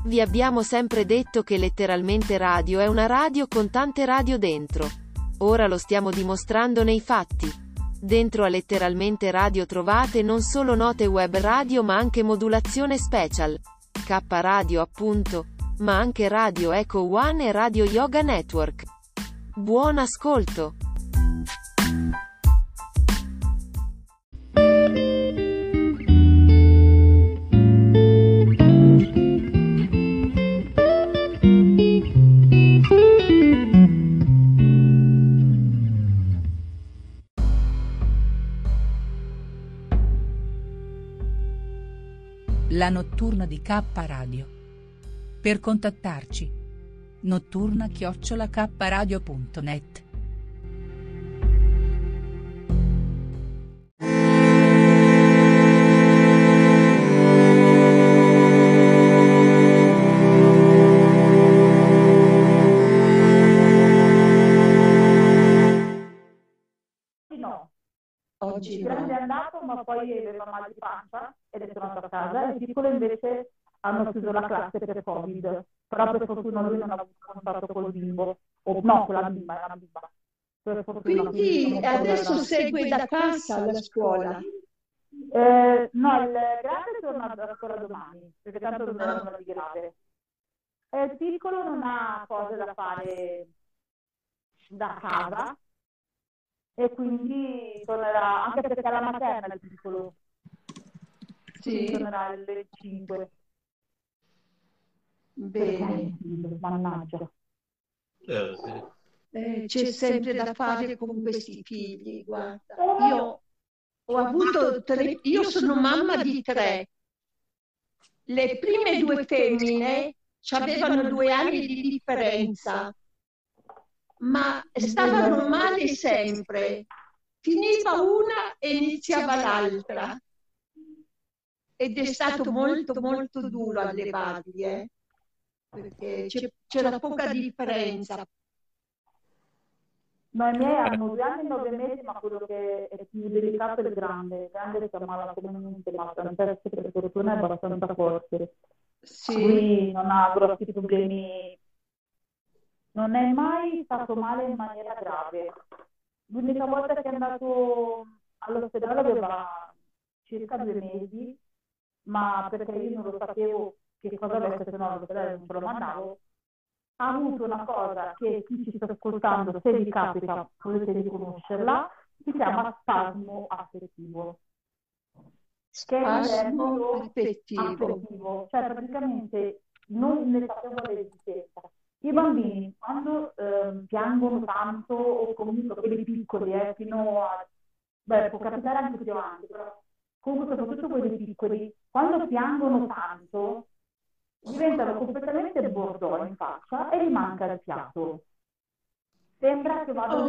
Vi abbiamo sempre detto che Letteralmente Radio è una radio con tante radio dentro. Ora lo stiamo dimostrando nei fatti. Dentro a Letteralmente Radio trovate non solo note web radio ma anche modulazione special. K Radio appunto. Ma anche Radio Echo One e Radio Yoga Network. Buon ascolto! La notturna di K Radio. Per contattarci: notturna@kradio.net. No. Oggi Il grande è andato, ma poi aveva mal di pancia ed è tornato a casa. Il piccolo invece hanno chiuso la classe per Covid, però per fortuna lui non ha avuto contatto col bimbo, o no, con la bimba, era una bimba. Per fortuna, quindi non adesso era- segue da casa la scuola. No, il grande torna a scuola domani, perché tanto non era nulla di grave. E il piccolo non ha cose da fare da casa e quindi tornerà, anche perché è la materna il piccolo, quindi Sì, tornerà alle 5. bene. Mannaggia. Sì. C'è sempre da fare con questi figli, guarda. Io ho avuto io sono mamma di 3. Le prime 2 femmine avevano 2 anni di differenza, ma stavano male sempre. Finiva una e iniziava l'altra. Ed è stato molto molto duro allevarli, perché c'era poca differenza. No, i miei hanno 2 anni e 9 mesi, ma quello che è più delicato è il grande. Il grande si ammala come niente, ma per fortuna è abbastanza forte. Sì, Lui non ha grossi problemi, non è mai stato male in maniera grave. L'unica volta che è andato all'ospedale aveva circa 2 mesi, ma perché io non lo sapevo che cosa avesse, se no all'ospedale non ce lo mandavo. Ha avuto una cosa che chi ci sta ascoltando, se vi capita, potete riconoscerla, si chiama spasmo affettivo. Che è un spasmo termine affettivo. cioè praticamente non ne sapevo l'esistenza. I bambini quando piangono tanto, o comunque quelli piccoli, fino a, beh, può capitare anche più avanti, però comunque soprattutto quelli piccoli, quando piangono tanto, diventano completamente bordò in faccia e gli manca il fiato. Sembra che vadano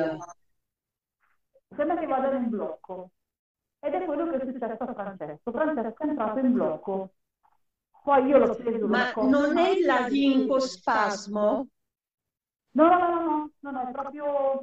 in blocco. Ed è quello che è successo a Francesco. Francesco è entrato in blocco. Poi io l'ho preso Ma non è laringospasmo? No, è proprio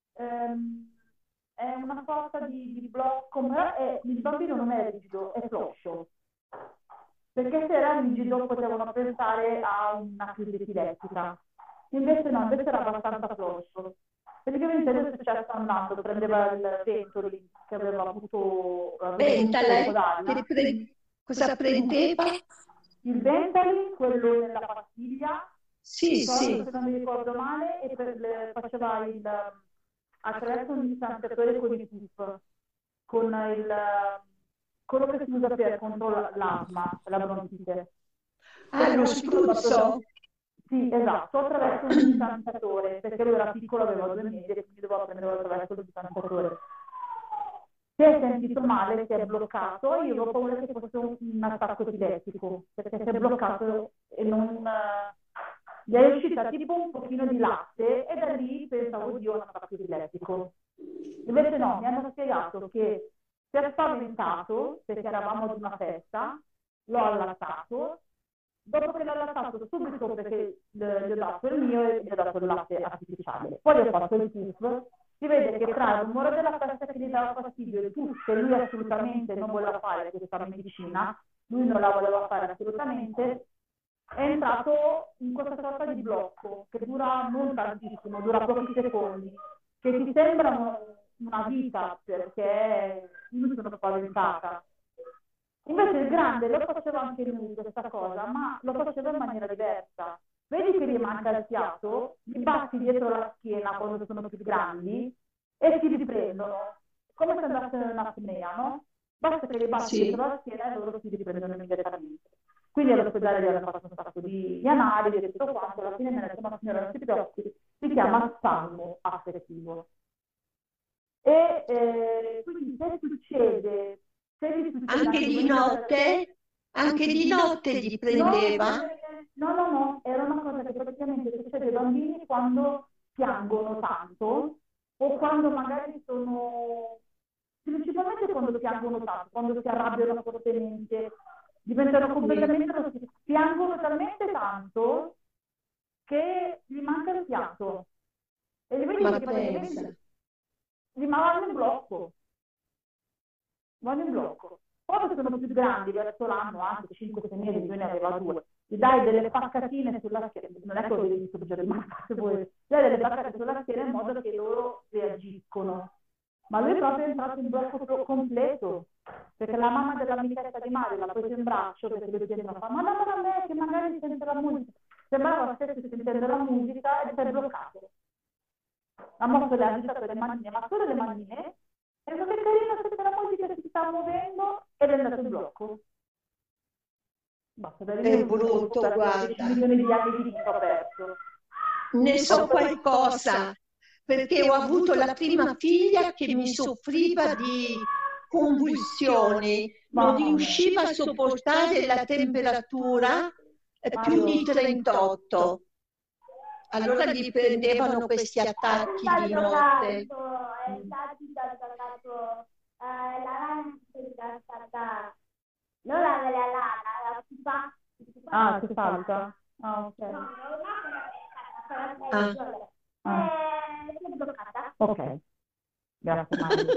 è una sorta di blocco, ma il bambino non è rigido, è floscio. Perché se era rigido potevano pensare a una crisi epilettica. Invece no, invece era abbastanza floscio. Praticamente lui è successo andando, prendeva il ventoli che aveva avuto Ventale? d'aria. Cosa prendeva? Il ventoli, quello nella pastiglia, Sì, se non mi ricordo male, e faceva attraverso un distanziatore con i puff, con quello che si usa contro l'asma, la bronchite. Lo spruzzo? Sì, esatto, attraverso un distanziatore, perché lui era piccolo, aveva 2 mesi e quindi doveva prendere attraverso il distanziatore. Si è sentito male, si è bloccato, io avevo paura che fosse un attacco epilettico, perché si è bloccato e non... gli è uscita tipo un pochino di latte e da lì pensavo, oddio, un attacco epilettico. Invece no, mi hanno spiegato che si è spaventato, perché eravamo ad una festa, l'ho allattato, dopo che l'ho allattato subito perché gli ho dato il mio e gli ho dato il latte artificiale. Poi ho fatto il puff. Si vede che tra il rumore della festa che gli dava fastidio e tutto, che lui assolutamente non voleva fare questa medicina, lui non la voleva fare assolutamente, è entrato in questa sorta di blocco che dura non tantissimo, dura pochi secondi, che ti sembrano una vita perché io mi sono spaventata. Invece il grande lo faceva anche lui questa cosa, ma lo faceva in maniera diversa. Vedi che gli manca il fiato, gli batti dietro la schiena quando sono più grandi e si riprendono, come se andasse un'apnea, no? Basta che li batti dietro la schiena e loro si riprendono immediatamente. Quindi all'ospedale gli hanno fatto un sacco di analisi e tutto quanto, alla fine mi ha detto, ma signora, non si preoccupi, si chiama spasmo affettivo. E quindi se succede, Anche di notte? Anche di notte gli prendeva? No, era una cosa che praticamente succede ai bambini quando piangono tanto o quando magari sono, principalmente quando piangono tanto, quando si arrabbiano fortemente, diventano completamente, piangono talmente tanto che gli manca il fiato. E li vedi Ma che pensa. praticamente vanno in blocco. Vanno in blocco. Poi sono più grandi, verso l'anno, anche 5-6 mesi, lui ne aveva 2. Gli dai delle paccatine sulla schiena, non è che ho visto già del se vuoi, gli dai delle paccatine sulla schiena in modo che loro reagiscono. Ma lui è proprio entrato in blocco completo, perché la mamma dell'amichetta di Mario l'ha preso in braccio, perché lui diceva, ma dammela a me che magari sente la musica. Sembrava stessi sentendo la musica e si è bloccato. Ha mosso le agitato le manine, ma solo le manine, e che carino, sente la musica che si sta muovendo ed è andato in blocco. Basta, È brutto, guarda. 10 milioni di anni di vita perso. Ne so qualcosa, perché ho avuto la prima figlia che mi soffriva di convulsioni, non riusciva a sopportare la temperatura più di 38. Allora gli prendevano questi attacchi di notte. Non la la pupa. Ah, che salta. Ah, ok. Si è bloccata. Ok, grazie Mario.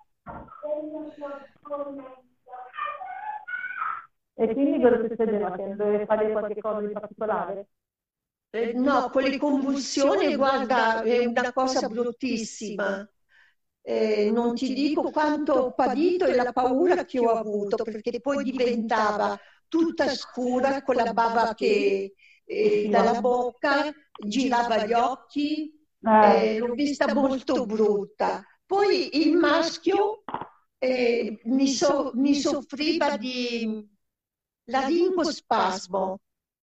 E quindi cosa succedeva? Che dovevi fare qualche cosa di particolare? No, con le convulsioni, guarda, è una cosa bruttissima. Non ti dico quanto ho patito e la paura che ho avuto, perché poi diventava tutta scura con la bava che dalla bocca, girava gli occhi, l'ho vista molto brutta. Poi il maschio mi soffriva di laringospasmo.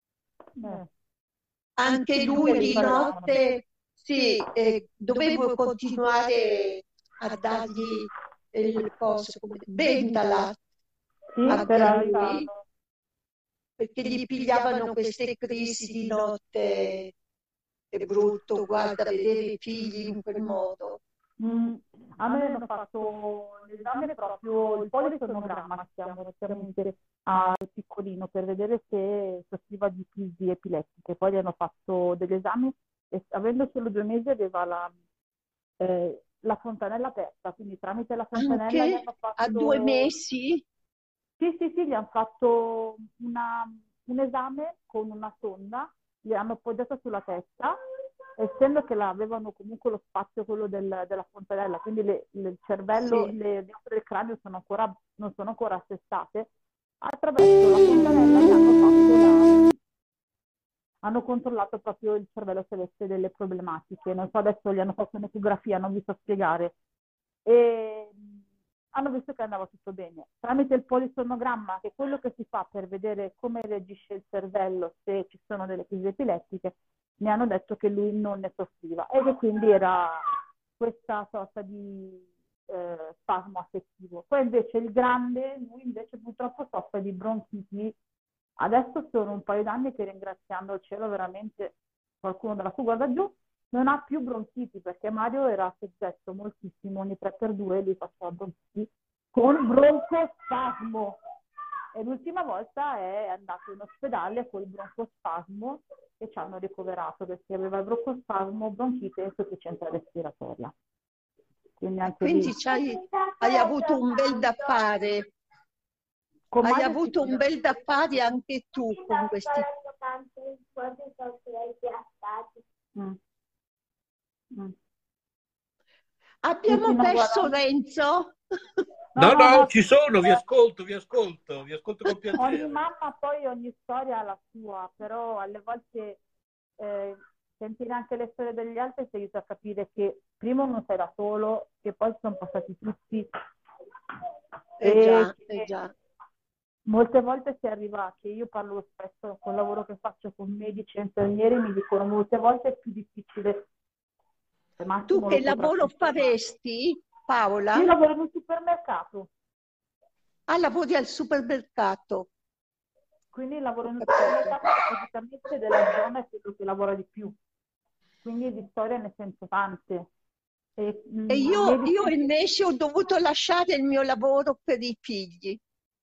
Anche lui di notte, sì, dovevo continuare a dargli il coso, Bendalat, anche a lui, perché gli pigliavano queste crisi di notte. È brutto, guarda, vedere i figli in quel modo. A me hanno fatto l'esame proprio, il polisonogramma, si chiama praticamente al piccolino, per vedere se soffriva di crisi epilettiche. Poi gli hanno fatto degli esami e avendo solo 2 mesi aveva la fontanella aperta, quindi tramite la fontanella gli hanno fatto... A 2 mesi? Sì, gli hanno fatto un esame con una sonda, gli hanno appoggiato sulla testa, essendo che avevano comunque lo spazio quello della fontanella, quindi il cervello, sì, le viostre del cranio non sono ancora assestate, attraverso la fontanella hanno controllato proprio il cervello se avesse delle problematiche. Non so, adesso gli hanno fatto un'ecografia, non vi so spiegare, e hanno visto che andava tutto bene. Tramite il polisonogramma, che è quello che si fa per vedere come reagisce il cervello se ci sono delle crisi epilettiche, mi hanno detto che lui non ne soffriva e che quindi era questa sorta di spasmo affettivo. Poi invece il grande, lui invece purtroppo soffre di bronchiti. Adesso sono un paio d'anni che, ringraziando il cielo veramente, qualcuno dalla fuga da giù, non ha più bronchiti, perché Mario era soggetto moltissimo, ogni 3x2 lui faceva bronchiti con broncospasmo. E l'ultima volta è andato in ospedale col broncospasmo e ci hanno ricoverato perché aveva broncospasmo, bronchite e insufficienza respiratoria. Quindi hai avuto un bel da fare. Hai avuto un bel da fare anche tu con questi. anche i quasi sono piazzati. Mm. Mm. Abbiamo No, perso guarda. Renzo? No, ci sono, vi ascolto con Ogni piacere. mamma poi ogni storia ha la sua, però alle volte sentire anche le storie degli altri ti aiuta a capire che prima non sei da solo, che poi sono passati tutti. Già, Che già. molte volte si arriva, che io parlo spesso col lavoro che faccio con medici e infermieri, mi dicono molte volte è più difficile. Tu Massimo che lo saprà lavoro confermare. faresti, Paola? Io lavoro in un supermercato. Ah, lavori al supermercato. Quindi lavoro in un supermercato praticamente della zona è quello che lavora di più. Quindi di storie ne sento tante. E io invece ho dovuto lasciare il mio lavoro per i figli.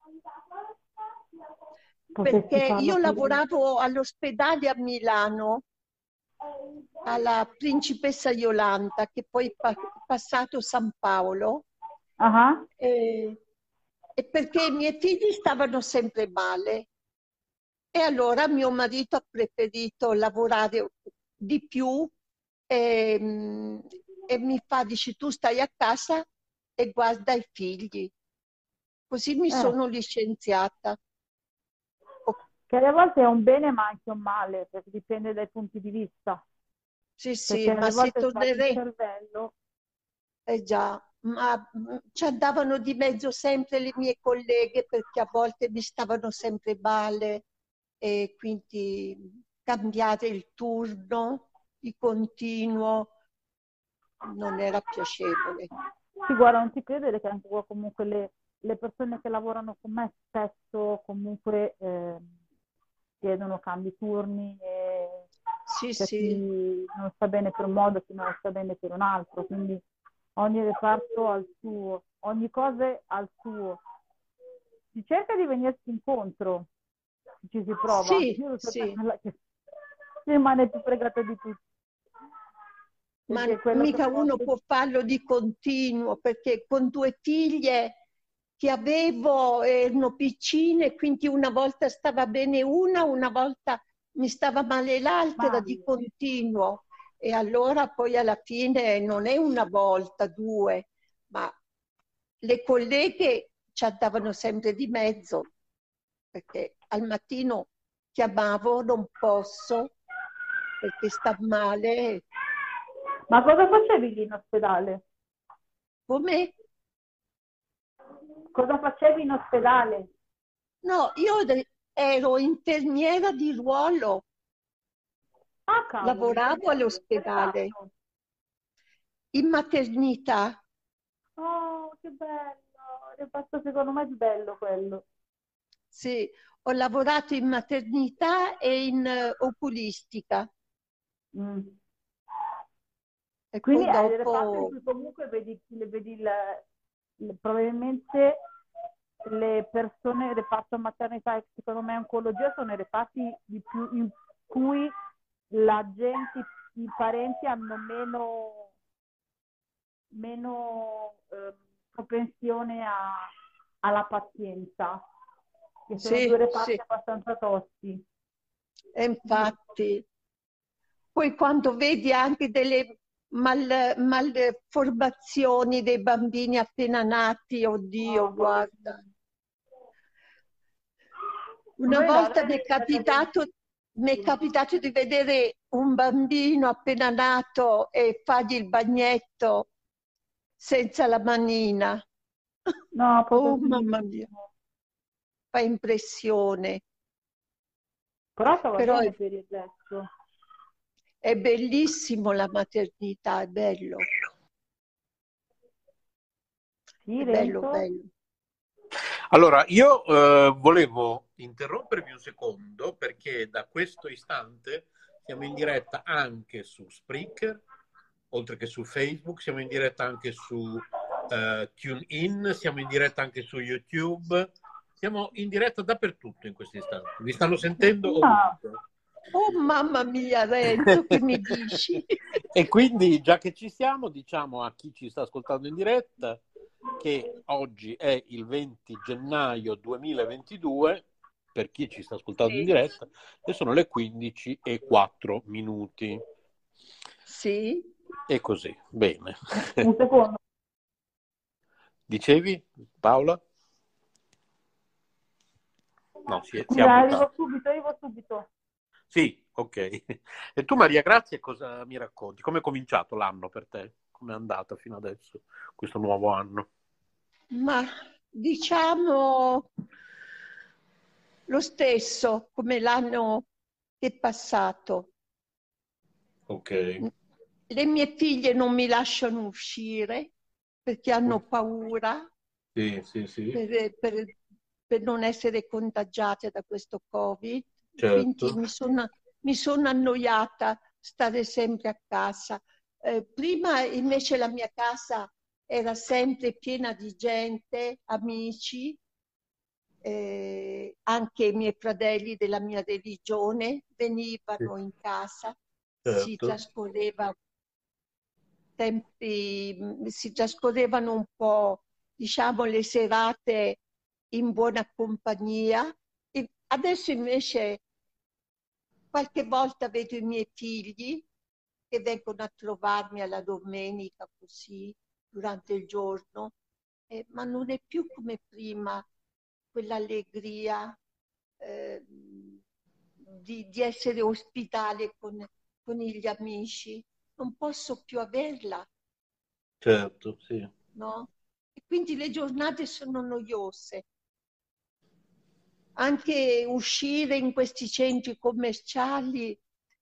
Perché io lavoravo all'ospedale a Milano, alla Principessa Yolanda, che poi è passato San Paolo. E perché i miei figli stavano sempre male. E allora mio marito ha preferito lavorare di più e mi dice, tu stai a casa e guarda i figli. Così mi sono licenziata. Che alle volte è un bene ma anche un male, perché dipende dai punti di vista. Sì, ma se tornerei... il cervello... già, ma ci andavano di mezzo sempre le mie colleghe perché a volte mi stavano sempre male e quindi cambiare il turno di continuo non era piacevole. Sì, guarda, non ti credere che anche comunque le persone che lavorano con me spesso comunque chiedono cambi turni e chi non sta bene per un modo, chi non sta bene per un altro, quindi ogni reparto ha il suo, ogni cosa ha il suo. Si cerca di venirsi incontro, ci si prova. Io lo so che rimane più fregata di tutti. Ma mica uno può farlo di continuo, perché con 2 figlie che avevo erano piccine, quindi una volta stava bene una volta mi stava male l'altra di continuo. E allora poi alla fine non è una volta, 2, ma le colleghe ci andavano sempre di mezzo, perché al mattino chiamavo, non posso, perché sta male. Ma cosa facevi lì in ospedale? Come? Cosa facevi in ospedale? No, io ero infermiera di ruolo. Ah, cavolo, lavoravo all'ospedale. In maternità. Oh, che bello! Reparto secondo me è bello quello. Sì, ho lavorato in maternità e in oculistica. E quindi hai delle parti in cui comunque vedi probabilmente le persone, il reparto maternità e secondo me oncologia sono i reparti di più in cui la gente, i parenti hanno meno propensione alla pazienza, che sono 2 reparti abbastanza tosti. E infatti, poi quando vedi anche delle malformazioni dei bambini appena nati, oddio, guarda. Una volta mi è capitato di vedere un bambino appena nato e fargli il bagnetto senza la manina. No, oh mamma mia, fa impressione. Però bene per il resto. È bellissimo la maternità, è bello. Sì, è bello. Allora, io volevo interrompervi un secondo perché da questo istante siamo in diretta anche su Spreaker, oltre che su Facebook, siamo in diretta anche su TuneIn, siamo in diretta anche su YouTube, siamo in diretta dappertutto in questo istante. Vi stanno sentendo ovunque. Oh mamma mia, Renzo, che mi dici? E quindi, già che ci siamo, diciamo a chi ci sta ascoltando in diretta che oggi è il 20 gennaio 2022, per chi ci sta ascoltando in Sì, diretta, e sono le 15:04. sì. E così, bene. Un secondo. Dicevi, Paola? No, si è Scusa, mutato. arrivo subito. Sì, ok. E tu, Maria Grazia, cosa mi racconti? Come è cominciato l'anno per te? Come è andata fino adesso, questo nuovo anno? Ma diciamo lo stesso come l'anno che è passato. Ok. Le mie figlie non mi lasciano uscire perché hanno paura Sì, sì, sì, per non essere contagiate da questo Covid. Quindi certo. mi sono annoiata stare sempre a casa. Prima invece la mia casa era sempre piena di gente, amici, anche i miei fratelli della mia religione Sì, venivano in casa, si certo. trascorreva si trascorrevano un po', diciamo, le serate in buona compagnia. E adesso invece qualche volta vedo i miei figli che vengono a trovarmi alla domenica così, durante il giorno, ma non è più come prima quell'allegria di essere ospitale con gli amici. Non posso più averla, Certo, sì. no? E quindi le giornate sono noiose. Anche uscire in questi centri commerciali,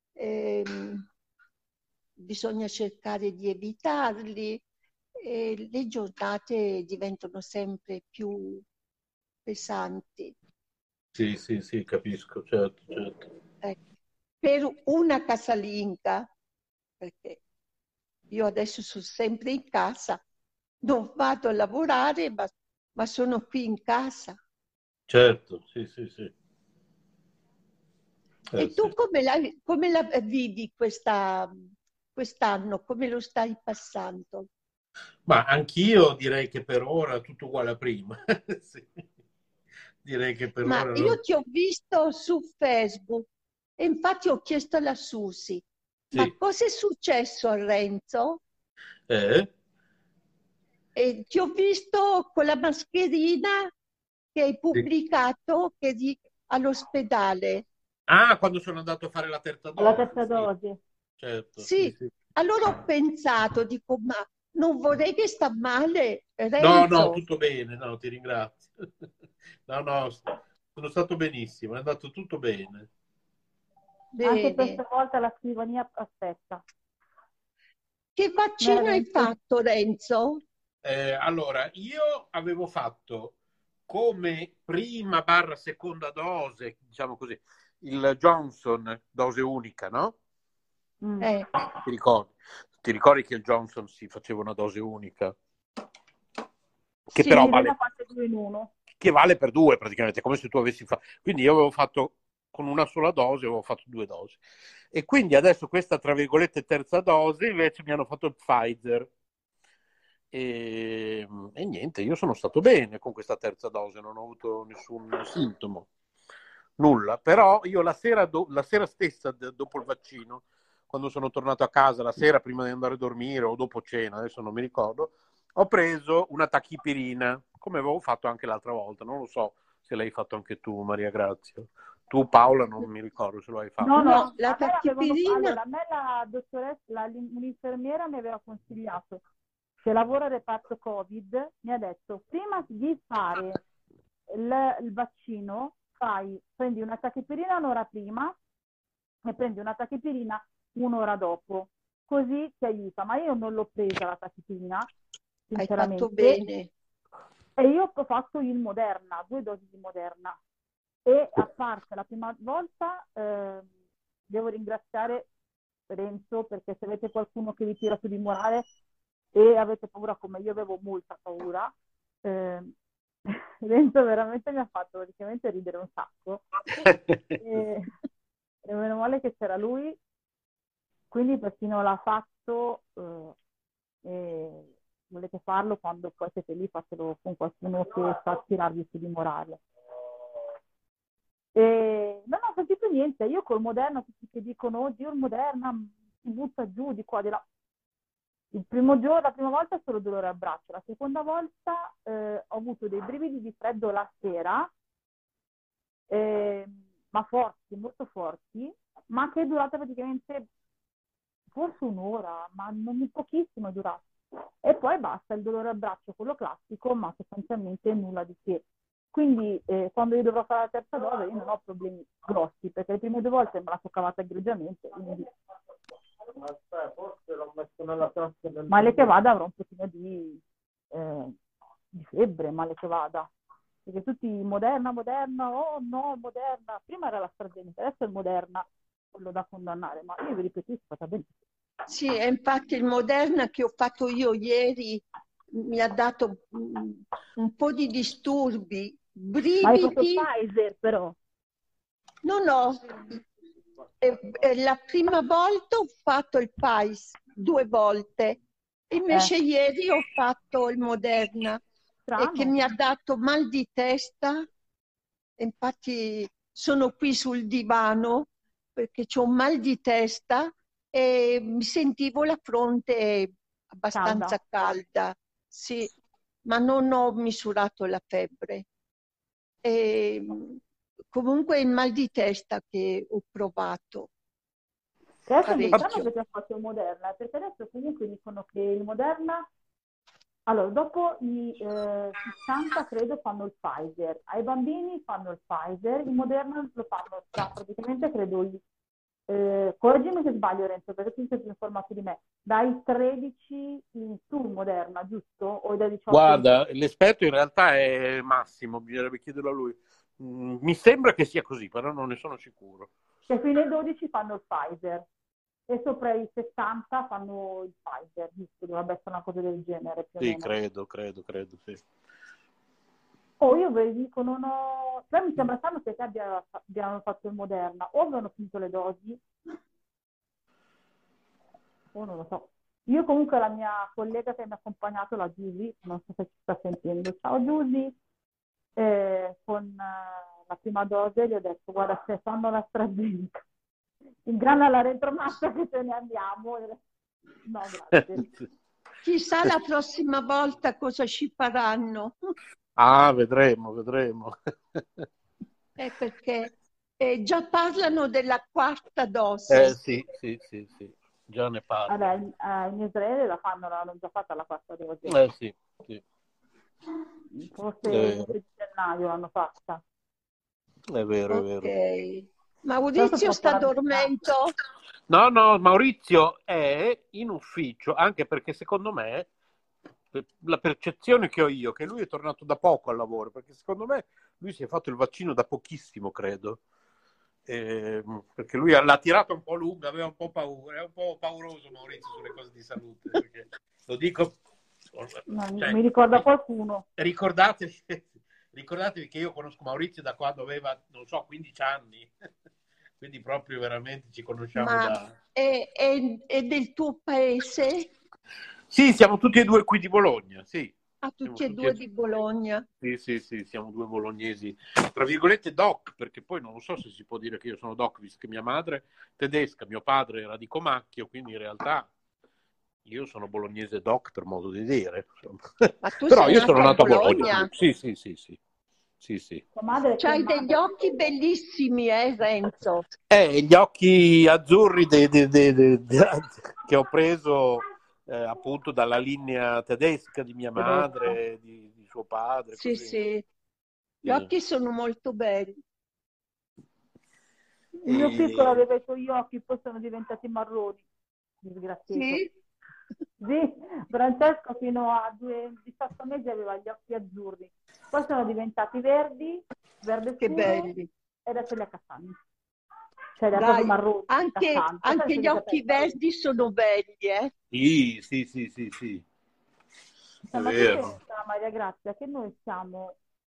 bisogna cercare di evitarli e le giornate diventano sempre più pesanti. Sì, sì, sì, capisco, certo, certo. Ecco. Per una casalinga, perché io adesso sono sempre in casa, non vado a lavorare, ma sono qui in casa. Certo, sì, sì, sì. E Sì. tu come la vivi quest'anno? Come lo stai passando? Ma anch'io direi che per ora tutto uguale a prima. Sì. Direi che per Ma ora io no. ti ho visto su Facebook e infatti ho chiesto alla Susi, ma Sì. cosa è successo a Renzo? Eh? E ti ho visto con la mascherina che hai Sì. pubblicato all'ospedale. Ah, quando sono andato a fare la terza Alla dose, terza sì, dose. certo, sì, Sì, sì. allora ho pensato, dico, ma non vorrei che sta male No, no, Renzo. tutto bene, no, ti ringrazio. No, no, sono stato benissimo, è andato tutto bene. Anche Bene. questa volta la scrivania aspetta. Che vaccino hai fatto, Renzo? Allora, io avevo fatto come prima barra seconda dose, diciamo così, il Johnson, dose unica, no? Mm. Ti ricordi? Ti ricordi che il Johnson si faceva una dose unica? Che Sì, però Sì, lei ne ha vale, fatte due in uno. che vale per due praticamente, come se tu avessi fatto. Quindi io avevo fatto con una sola dose, avevo fatto due dosi. E quindi adesso questa, tra virgolette, terza dose, invece mi hanno fatto il Pfizer. E niente, io sono stato bene con questa terza dose, non ho avuto nessun sintomo, nulla. Però io la sera stessa, dopo il vaccino, quando sono tornato a casa, la sera prima di andare a dormire o dopo cena, adesso non mi ricordo, ho preso una tachipirina, come avevo fatto anche l'altra volta. Non lo so se l'hai fatto anche tu, Maria Grazia. Tu, Paola, non mi ricordo se lo hai No, fatto. no, no, la tachipirina, allora, a me la dottoressa, un'infermiera mi aveva consigliato, che lavora al reparto Covid, mi ha detto, prima di fare il vaccino, prendi una tachipirina un'ora prima e prendi una tachipirina un'ora dopo, così ti aiuta. Ma io non l'ho presa la tachipirina, hai fatto sinceramente, bene. e io ho fatto il Moderna, 2 dosi di Moderna. E a parte la prima volta, devo ringraziare Renzo, perché se avete qualcuno che vi tira su di morale e avete paura come io avevo molta paura, eh, Renzo veramente mi ha fatto praticamente ridere un sacco. E meno male che c'era lui, quindi persino l'ha fatto. E volete farlo quando poi siete lì, fatelo con qualcuno che sa tirarvi su di morale. Non ho sentito niente. Io col Moderna, tutti che dicono, oddio, il Moderna si butta giù di qua, di là. Il primo giorno, la prima volta solo dolore al braccio, la seconda volta ho avuto dei brividi di freddo la sera, ma forti, molto forti, ma che è durata praticamente forse un'ora, ma non pochissimo è durato. E poi basta, il dolore al braccio, quello classico, ma sostanzialmente nulla di che. Quindi quando io dovrò fare la terza dose io non ho problemi grossi, perché le prime 2 volte me la sono cavata egregiamente, quindi... Forse l'ho messo nella tasca del... Male che vada avrò un pochino di febbre, male che vada. Perché tutti Moderna, oh no, Moderna. Prima era la AstraZeneca, adesso è il Moderna, quello da condannare. Ma io vi ripeto, è stata bene. Sì, e infatti il Moderna che ho fatto io ieri mi ha dato un po' di disturbi, Ma hai fatto brividi. Pfizer però? No, la prima volta ho fatto il Pfizer 2 volte, invece ieri ho fatto il Moderna e che Strano. mi ha dato mal di testa. Infatti sono qui sul divano perché ho un mal di testa e mi sentivo la fronte abbastanza calda, sì, ma non ho misurato la febbre. E, comunque il mal di testa che ho provato. Adesso mi stanno perché ha fatto il Moderna, perché adesso comunque dicono che il Moderna, allora dopo i 60 credo fanno il Pfizer, ai bambini fanno il Pfizer, il Moderna lo fanno praticamente credo correggimi se sbaglio Renzo, perché tu sei più informato di me, dai 13 in su Moderna, giusto? O dai 18? Guarda, l'esperto in realtà è Massimo, bisognerebbe chiederlo a lui. Mi sembra che sia così, però non ne sono sicuro. Che fino ai 12 fanno il Pfizer e sopra i 60 fanno il Pfizer, giusto? Dovrebbe essere una cosa del genere più o Sì, meno. credo, sì. Oh, io ve dico, non ho... Cioè, mi sembra strano che te abbiano fatto il Moderna, o avevano finito le dosi, o non lo so. Io comunque la mia collega che mi ha accompagnato, la Giusy, non so se ci sta sentendo, ciao Giusy, con la prima dose gli ho detto, guarda, se fanno la AstraZeneca, in grana la retromassa che ce ne andiamo. No, grazie. Chissà la prossima volta cosa ci faranno. Ah, vedremo. Perché già parlano della quarta dose. Sì, già ne parlo. Allora, in Israele la fanno, l'hanno già fatta la quarta dose. Sì. Forse il 10 gennaio l'hanno fatta. È vero, Ok. Maurizio sta dormendo? No, Maurizio è in ufficio, anche perché secondo me la percezione che ho io, che lui è tornato da poco al lavoro, perché secondo me lui si è fatto il vaccino da pochissimo, credo. Perché lui l'ha tirato un po' lunga, aveva un po' paura, è un po' pauroso Maurizio sulle cose di salute, perché lo dico... Cioè, mi ricorda qualcuno. Ricordatevi che io conosco Maurizio da quando aveva, non so, 15 anni, quindi proprio veramente ci conosciamo da... È del tuo paese? Sì, siamo tutti e due qui di Bologna, sì. Tutti e due di Bologna? Sì, siamo due bolognesi, tra virgolette doc, perché poi non lo so se si può dire che io sono doc, visto che mia madre è tedesca, mio padre era di Comacchio, quindi in realtà io sono bolognese doc per modo di dire. Ma tu però sei io sono nato a Bologna? Sì. C'hai degli occhi bellissimi, Renzo? Gli occhi azzurri che ho preso appunto dalla linea tedesca di mia madre, di suo padre. Sì. Gli occhi sono molto belli. Il mio piccolo aveva i suoi occhi, poi sono diventati marroni. Sì? Sì, Francesco fino a 18 mesi aveva gli occhi azzurri, poi sono diventati verdi, verde che scuro, belli. e adesso li ha castani. Cioè, li ha Dai, proprio marroni. anche gli occhi verdi sono belli, eh? Sì. È Ma tu vero. pensa, Maria Grazia, che noi siamo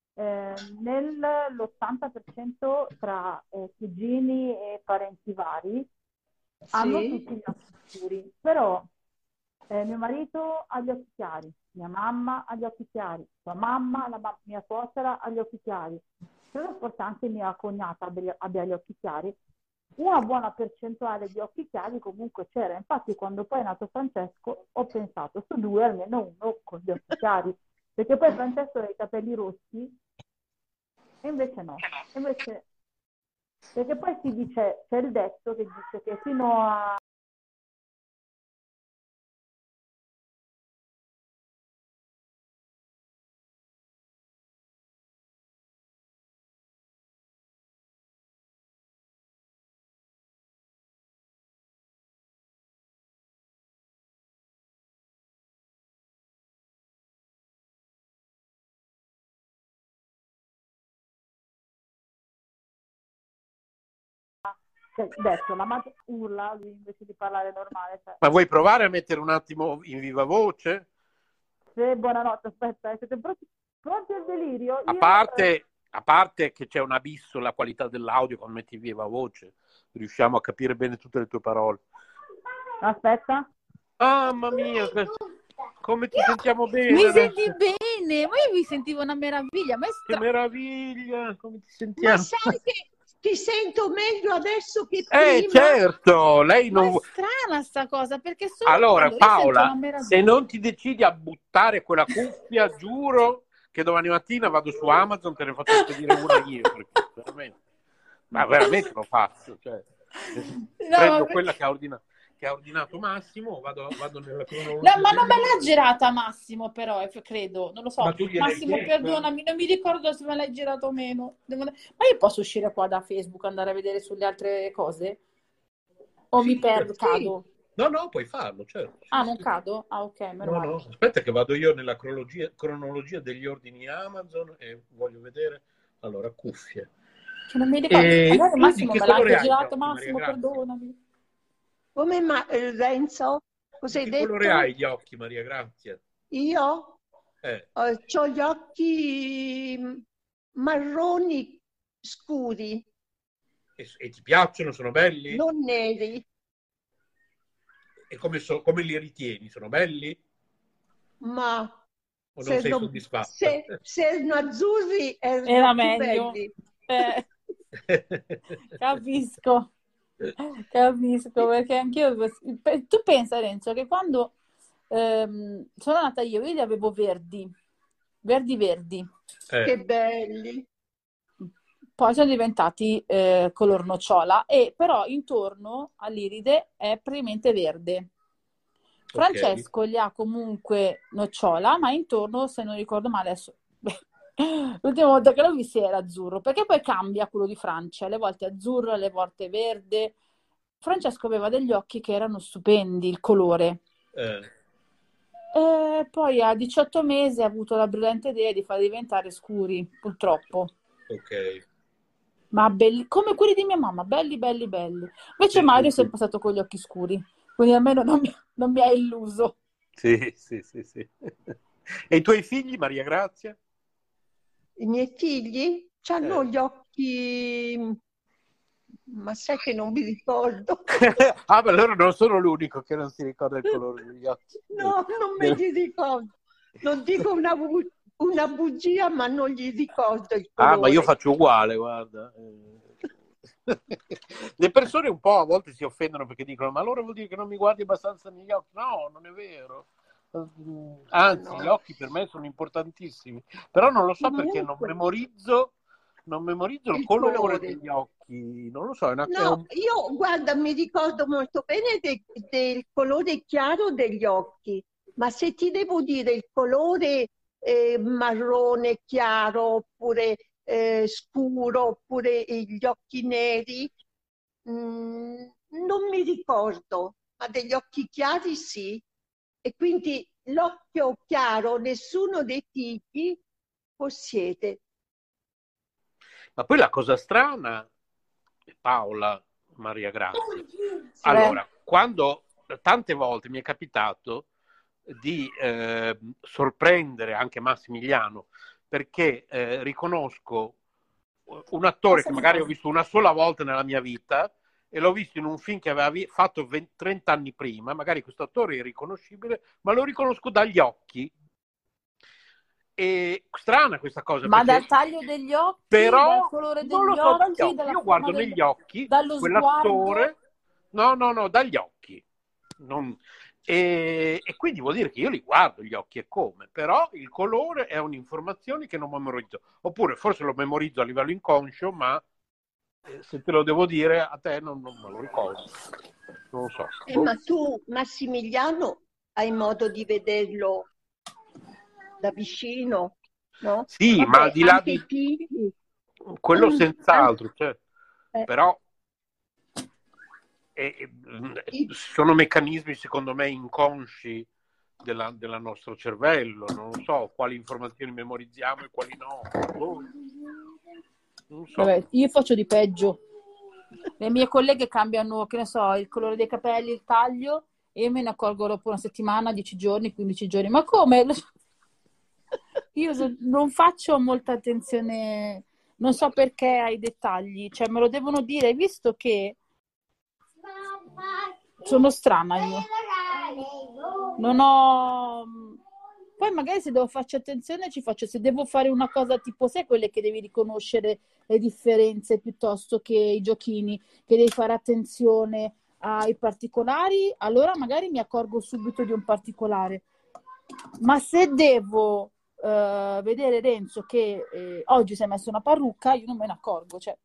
nell'80% tra cugini e parenti vari, hanno tutti gli occhi scuri, però mio marito ha gli occhi chiari, mia mamma ha gli occhi chiari, sua mamma, mia suocera ha gli occhi chiari, credo forse anche mia cognata abbia gli occhi chiari, una buona percentuale di occhi chiari comunque c'era. Infatti quando poi è nato Francesco ho pensato su due almeno uno con gli occhi chiari, perché poi Francesco ha i capelli rossi e invece no. Invece, perché poi si dice, c'è il detto che dice che fino a detto, la madre urla lui invece di parlare normale. Cioè. Ma vuoi provare a mettere un attimo in viva voce? Sì, buonanotte, aspetta, siete pronti al delirio? A parte che c'è un abisso la qualità dell'audio quando metti in viva voce, riusciamo a capire bene tutte le tue parole. Aspetta. Mamma mia, come ti sentiamo bene Mi adesso? senti bene? Ma io mi sentivo una meraviglia. Ma Che meraviglia, come ti sentiamo? Ma sai che ti sento meglio adesso che prima? Certo, lei Ma non... è strana sta cosa, perché solo Allora, quello, io sento Paola, una meraviglia. se non ti decidi a buttare quella cuffia, giuro che domani mattina vado su Amazon, te ne faccio spedire una io, perché veramente, ma veramente lo faccio, cioè, prendo quella che ha ordinato Massimo, vado nella cronologia. No, ma non me l'ha girata Massimo, però, credo, non lo so. Ma tu gliel'hai Massimo, chiesta? perdonami, non mi ricordo se me l'hai girato o meno. Ma io posso uscire qua da Facebook, andare a vedere sulle altre cose? O mi perdo, cado? No, puoi farlo, certo. Ah, non cado? Ah, ok, meno male. No, aspetta che vado io nella cronologia degli ordini Amazon e voglio vedere, allora, cuffie. Che non mi ricordo. Magari Massimo che me l'ha colore anche hai, girato, Maria Massimo, Grazia? perdonami. Come Renzo? Cosa hai Che detto? colore hai gli occhi, Maria Grazia? Io ho gli occhi marroni scuri, E ti piacciono? Sono belli? non neri, E come li ritieni? Sono belli? ma O non sei soddisfatta? se erano azzurri Era erano più meglio. belli. Capisco, perché anch'io... Tu pensa, Renzo, che quando sono nata io li avevo verdi. Che belli. Poi sono diventati color nocciola, e però intorno all'iride è praticamente verde. Francesco li ha comunque nocciola, ma intorno, se non ricordo male, adesso... L'ultima volta che l'ho visto era azzurro, perché poi cambia quello di Francia, alle volte azzurro, alle volte verde. Francesco aveva degli occhi che erano stupendi, il colore. E poi a 18 mesi ha avuto la brillante idea di farli diventare scuri, purtroppo. Ok. Ma belli, come quelli di mia mamma, belli. Invece Mario è sempre stato con gli occhi scuri, quindi almeno non mi ha illuso. Sì. E i tuoi figli, Maria Grazia? I miei figli hanno gli occhi, ma sai che non mi ricordo. Ma allora non sono l'unico che non si ricorda il colore degli occhi. No, non me li ricordo. Non dico una bugia, ma non gli ricordo il colore. Ma io faccio uguale, guarda. Le persone un po' a volte si offendono perché dicono: ma allora vuol dire che non mi guardi abbastanza negli occhi? No, non è vero. Anzi, gli occhi per me sono importantissimi, però non lo so perché non memorizzo il colore degli occhi, non lo so. Io guarda, mi ricordo molto bene del colore chiaro degli occhi, ma se ti devo dire il colore marrone chiaro oppure scuro oppure gli occhi neri, non mi ricordo, ma degli occhi chiari sì. E quindi l'occhio chiaro nessuno dei tipi possiede. Ma poi la cosa strana, Paola, Maria Grazia, allora, quando tante volte mi è capitato di sorprendere anche Massimiliano, perché riconosco un attore che magari ho visto una sola volta nella mia vita e l'ho visto in un film che aveva fatto 30 anni prima, magari questo attore è irriconoscibile, ma lo riconosco dagli occhi. E strana questa cosa, Ma perché dal taglio degli occhi, però dal colore non degli lo so, dagli occhi, occhi. dalla Io forma guardo negli degli... occhi dallo quell'attore, sguardo. no, dagli occhi. E quindi vuol dire che io li guardo gli occhi e come, però il colore è un'informazione che non memorizzo. Oppure forse lo memorizzo a livello inconscio, ma se te lo devo dire a te non me lo ricordo. Non lo so. Ma tu, Massimiliano, hai modo di vederlo da vicino, no? Sì, Vabbè, ma al di là anche di i figli. quello senz'altro, cioè, però sono meccanismi secondo me inconsci del nostro cervello, non so quali informazioni memorizziamo e quali no. Non so. Vabbè, io faccio di peggio. Le mie colleghe cambiano, che ne so, il colore dei capelli, il taglio, e io me ne accorgo dopo una settimana, 10 giorni, 15 giorni. Ma come? Io non faccio molta attenzione, non so perché ai dettagli, cioè me lo devono dire, visto che sono strana io. Non ho... Poi magari se devo farci attenzione ci faccio, se devo fare una cosa tipo, sai quelle che devi riconoscere le differenze piuttosto che i giochini, che devi fare attenzione ai particolari, allora magari mi accorgo subito di un particolare. Ma se devo vedere Renzo che oggi si è messo una parrucca, io non me ne accorgo, cioè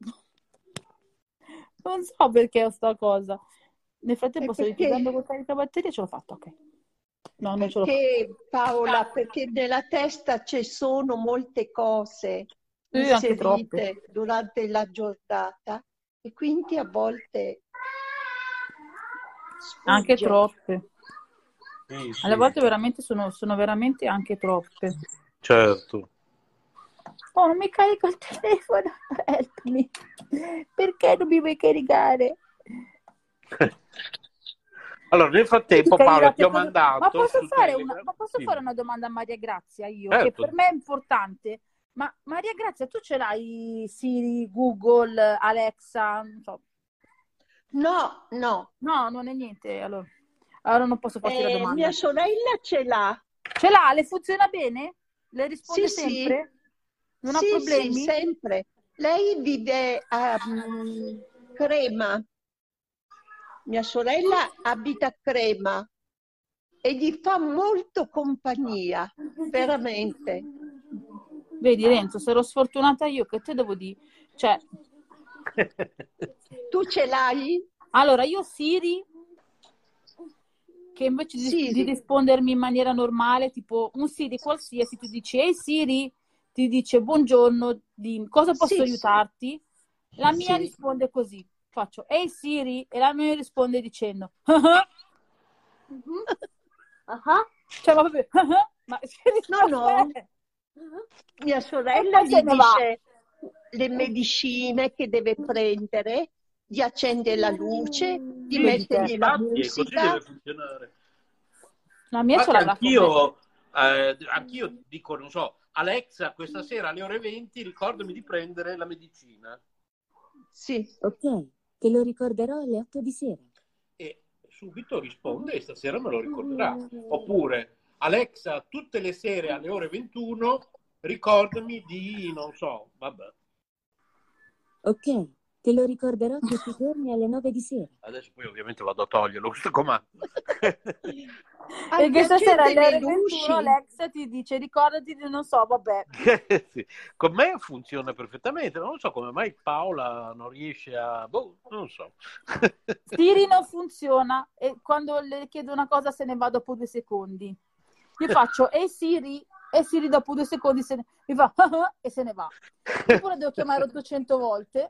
non so perché ho sta cosa. Nel frattempo sto richiedendo col caricabatterie, ce l'ho fatta, ok. No, non ce l'ho fatta. Perché Paola, perché nella testa ci sono molte cose Anche troppe. inserite durante la giornata e quindi a volte sfugge. Anche troppe. Sì. Alle volte veramente sono veramente anche troppe. Certo. Oh, non mi carico il telefono, help me. Perché non mi vuoi caricare? Allora, nel frattempo, Paola, ti ho mandato. Ma posso su fare Telegram? fare una domanda a Maria Grazia io, Certo. che per me è importante. Ma Maria Grazia, tu ce l'hai Siri, Google, Alexa? Non so. No. No, non è niente. Allora non posso farti la domanda. Mia sorella ce l'ha. Ce l'ha? Le funziona bene? Le risponde Sì, sempre? Non ha sì, problemi? sì, sempre. Lei vive a Crema. Mia sorella abita a Crema e gli fa molto compagnia, veramente. Vedi Renzo, sarò sfortunata io, che te devo dire? Cioè, tu ce l'hai? allora io Siri, che invece di rispondermi in maniera normale, tipo un Siri qualsiasi, tu dici ehi Siri, ti dice buongiorno, cosa posso aiutarti? La mia risponde così, faccio ehi Siri e la mia risponde dicendo cioè, ma proprio, ma no. Mia sorella gli dice le medicine che deve prendere, gli accende la luce, gli mette la musica. Così deve funzionare. La mia ce l'avrà anch'io dico, non so, Alexa, questa sera alle ore 20 ricordami di prendere la medicina. Sì. Ok, te lo ricorderò alle 8 di sera. E subito risponde e stasera me lo ricorderà. Oppure, Alexa, tutte le sere alle ore 21 ricordami di, non so, vabbè. Ok, te lo ricorderò tutti i giorni alle 9 di sera. Adesso poi ovviamente vado a toglierlo questo comando. Perché stasera alle ore 21 Alexa ti dice ricordati di non so, vabbè. Sì. Con me funziona perfettamente, non so come mai Paola non riesce a... non so. Siri non funziona e quando le chiedo una cosa se ne va dopo 2 secondi. Io faccio Siri, e Siri dopo 2 secondi mi fa e se ne va. Oppure devo chiamare 800 volte.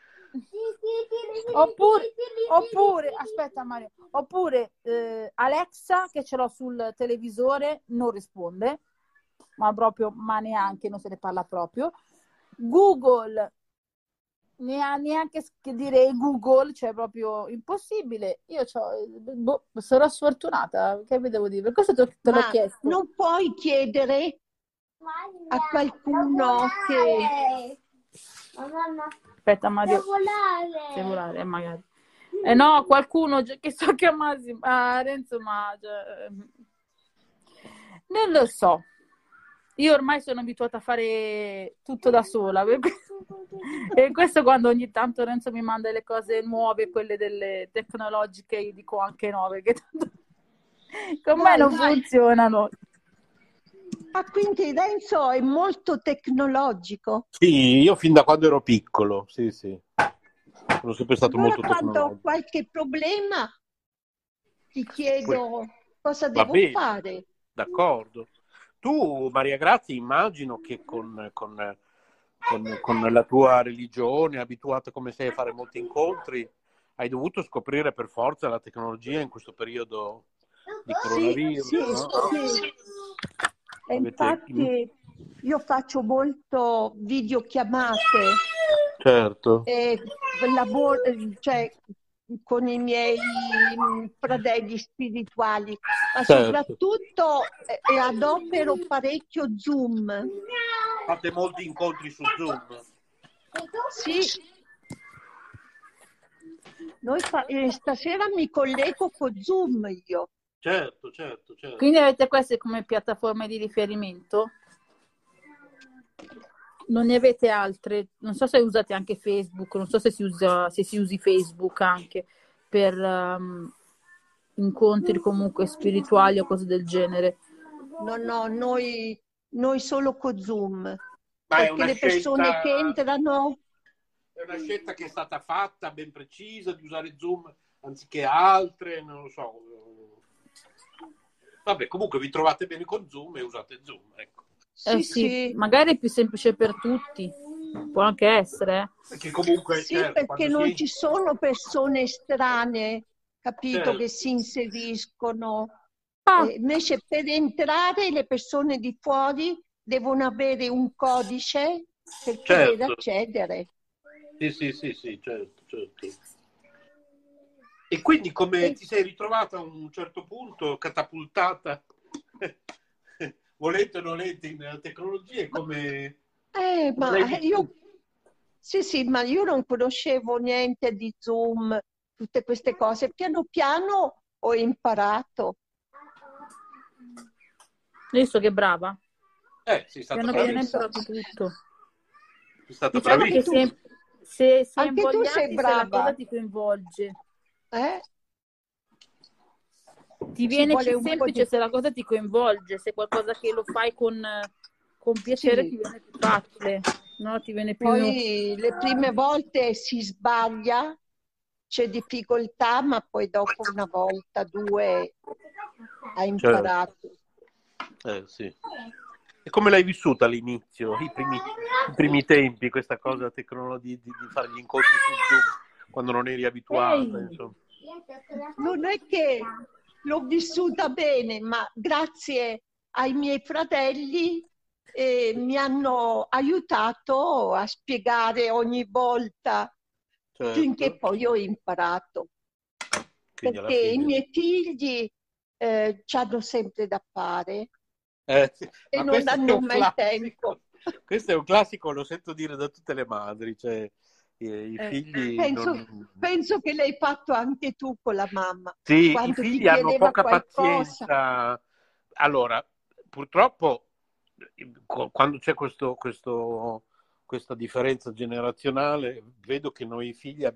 Oppure aspetta Mario, oppure Alexa, che ce l'ho sul televisore, non risponde, ma neanche, non se ne parla proprio. Google neanche dire Google, cioè proprio impossibile. Io sarò sfortunata, che vi devo dire? Per questo te l'ho chiesto. Non puoi chiedere a qualcuno che... Aspetta Mario, se volare magari. No, qualcuno che sto chiamando Renzo, ma non lo so. io ormai sono abituata a fare tutto da sola. E questo quando ogni tanto Renzo mi manda le cose nuove, quelle delle tecnologiche, io dico anche no, perché tanto con me non funzionano. Ah, quindi Renzo è molto tecnologico. Sì, io fin da quando ero piccolo, sì. Sono sempre stato Allora, molto quando ho tecnologico. qualche problema, ti chiedo cosa Va devo bene, fare. d'accordo. Tu, Maria Grazia, immagino che con la tua religione, abituata come sei a fare molti incontri, hai dovuto scoprire per forza la tecnologia in questo periodo di coronavirus, Sì. no? E infatti io faccio molto videochiamate Certo. e lavoro, cioè, con i miei fratelli spirituali, ma Certo. soprattutto adopero parecchio Zoom. Fate molti incontri su Zoom? Sì. Stasera mi collego con Zoom io. Certo. Quindi avete queste come piattaforme di riferimento? Non ne avete altre? Non so se usate anche Facebook, non so se si usi Facebook anche per incontri comunque spirituali o cose del genere. No, noi solo con Zoom. Ma perché le persone che entrano... È una scelta che è stata fatta ben precisa di usare Zoom anziché altre, non lo so. Vabbè, comunque vi trovate bene con Zoom e usate Zoom, ecco. Sì, magari è più semplice per tutti, può anche essere. Perché comunque, sì, perché non ci sono persone estranee, capito, che si inseriscono. Invece per entrare le persone di fuori devono avere un codice per poter accedere. Sì, certo. E quindi come ti sei ritrovata a un certo punto catapultata, volente o nolente, in tecnologie come... ma io non conoscevo niente di Zoom, tutte queste cose. Piano piano ho imparato. Visto che brava. Sei stata bravissima. Ho imparato tutto. Sei stata diciamo bravissima. Che se anche tu sei brava. Se la cosa ti coinvolge. Ti Ci viene più semplice se la cosa ti coinvolge, se qualcosa che lo fai con piacere ti viene più facile, no? Ti viene più... Poi le prime volte si sbaglia, c'è difficoltà, ma poi dopo una volta, due, hai imparato. Sì. E come l'hai vissuta all'inizio, i primi tempi, questa cosa di fare gli incontri su Zoom, quando non eri abituata, insomma? Non è che l'ho vissuta bene, ma grazie ai miei fratelli mi hanno aiutato a spiegare ogni volta, finché poi ho imparato. Quindi perché i miei figli c'hanno sempre da fare e non hanno mai tempo. Questo è un classico, lo sento dire da tutte le madri, cioè i figli... Penso che l'hai fatto anche tu con la mamma. Sì, quando i figli ti hanno poca qualcosa. pazienza. Allora, purtroppo, quando c'è questa differenza generazionale, vedo che noi figli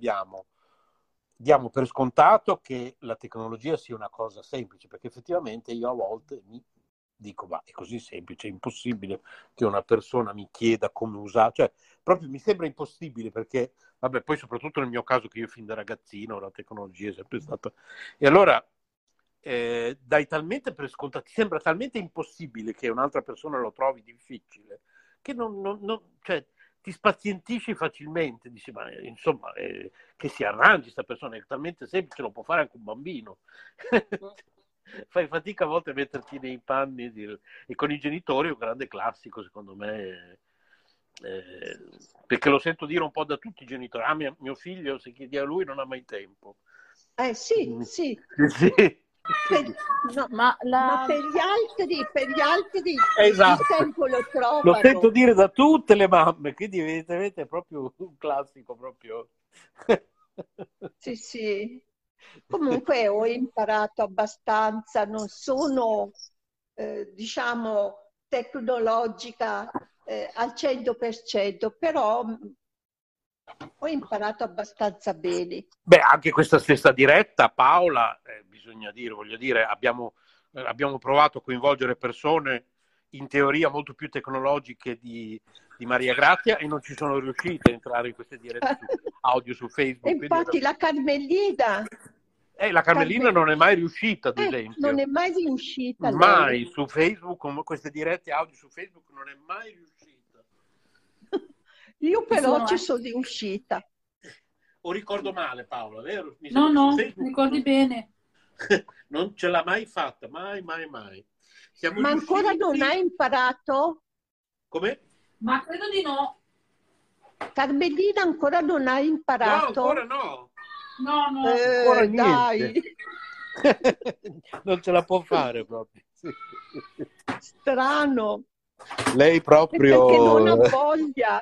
diamo per scontato che la tecnologia sia una cosa semplice, perché effettivamente io a volte mi dico, ma è così semplice, è impossibile che una persona mi chieda come usare, cioè proprio mi sembra impossibile, perché vabbè, poi soprattutto nel mio caso che io fin da ragazzino la tecnologia è sempre stata... E allora dai talmente per scontato, ti sembra talmente impossibile che un'altra persona lo trovi difficile, che cioè, ti spazientisci facilmente, dici, ma insomma, che si arrangi questa persona, è talmente semplice, lo può fare anche un bambino. Fai fatica a volte a metterti nei panni e con i genitori è un grande classico, secondo me, perché lo sento dire un po' da tutti i genitori. Mio figlio, se chiedi a lui, non ha mai tempo. Sì. Ma per gli altri esatto. Il tempo lo trovano. Lo sento dire da tutte le mamme, quindi evidentemente è proprio un classico proprio. Sì. Comunque ho imparato abbastanza, non sono, diciamo, tecnologica al 100%, però ho imparato abbastanza bene. Beh, anche questa stessa diretta, Paola, bisogna dire, voglio dire, abbiamo provato a coinvolgere persone in teoria molto più tecnologiche di Maria Grazia e non ci sono riuscite a entrare in queste dirette audio su Facebook. E infatti la Carmelina... la Carmelina non è mai riuscita, ad esempio. Non è mai riuscita mai lei. Su Facebook, con queste dirette audio su Facebook non è mai riuscita. Io però ci sono riuscita. O ricordo male, Paola, vero? No, ricordi bene. Non ce l'ha mai fatta, mai. Siamo Ma riusciti... ancora non hai imparato? Come? Ma credo di no. Carmelina, ancora non hai imparato? No, ancora no. No. Ancora dai. Non ce la può fare proprio. Strano. Lei proprio... Perché non ha voglia.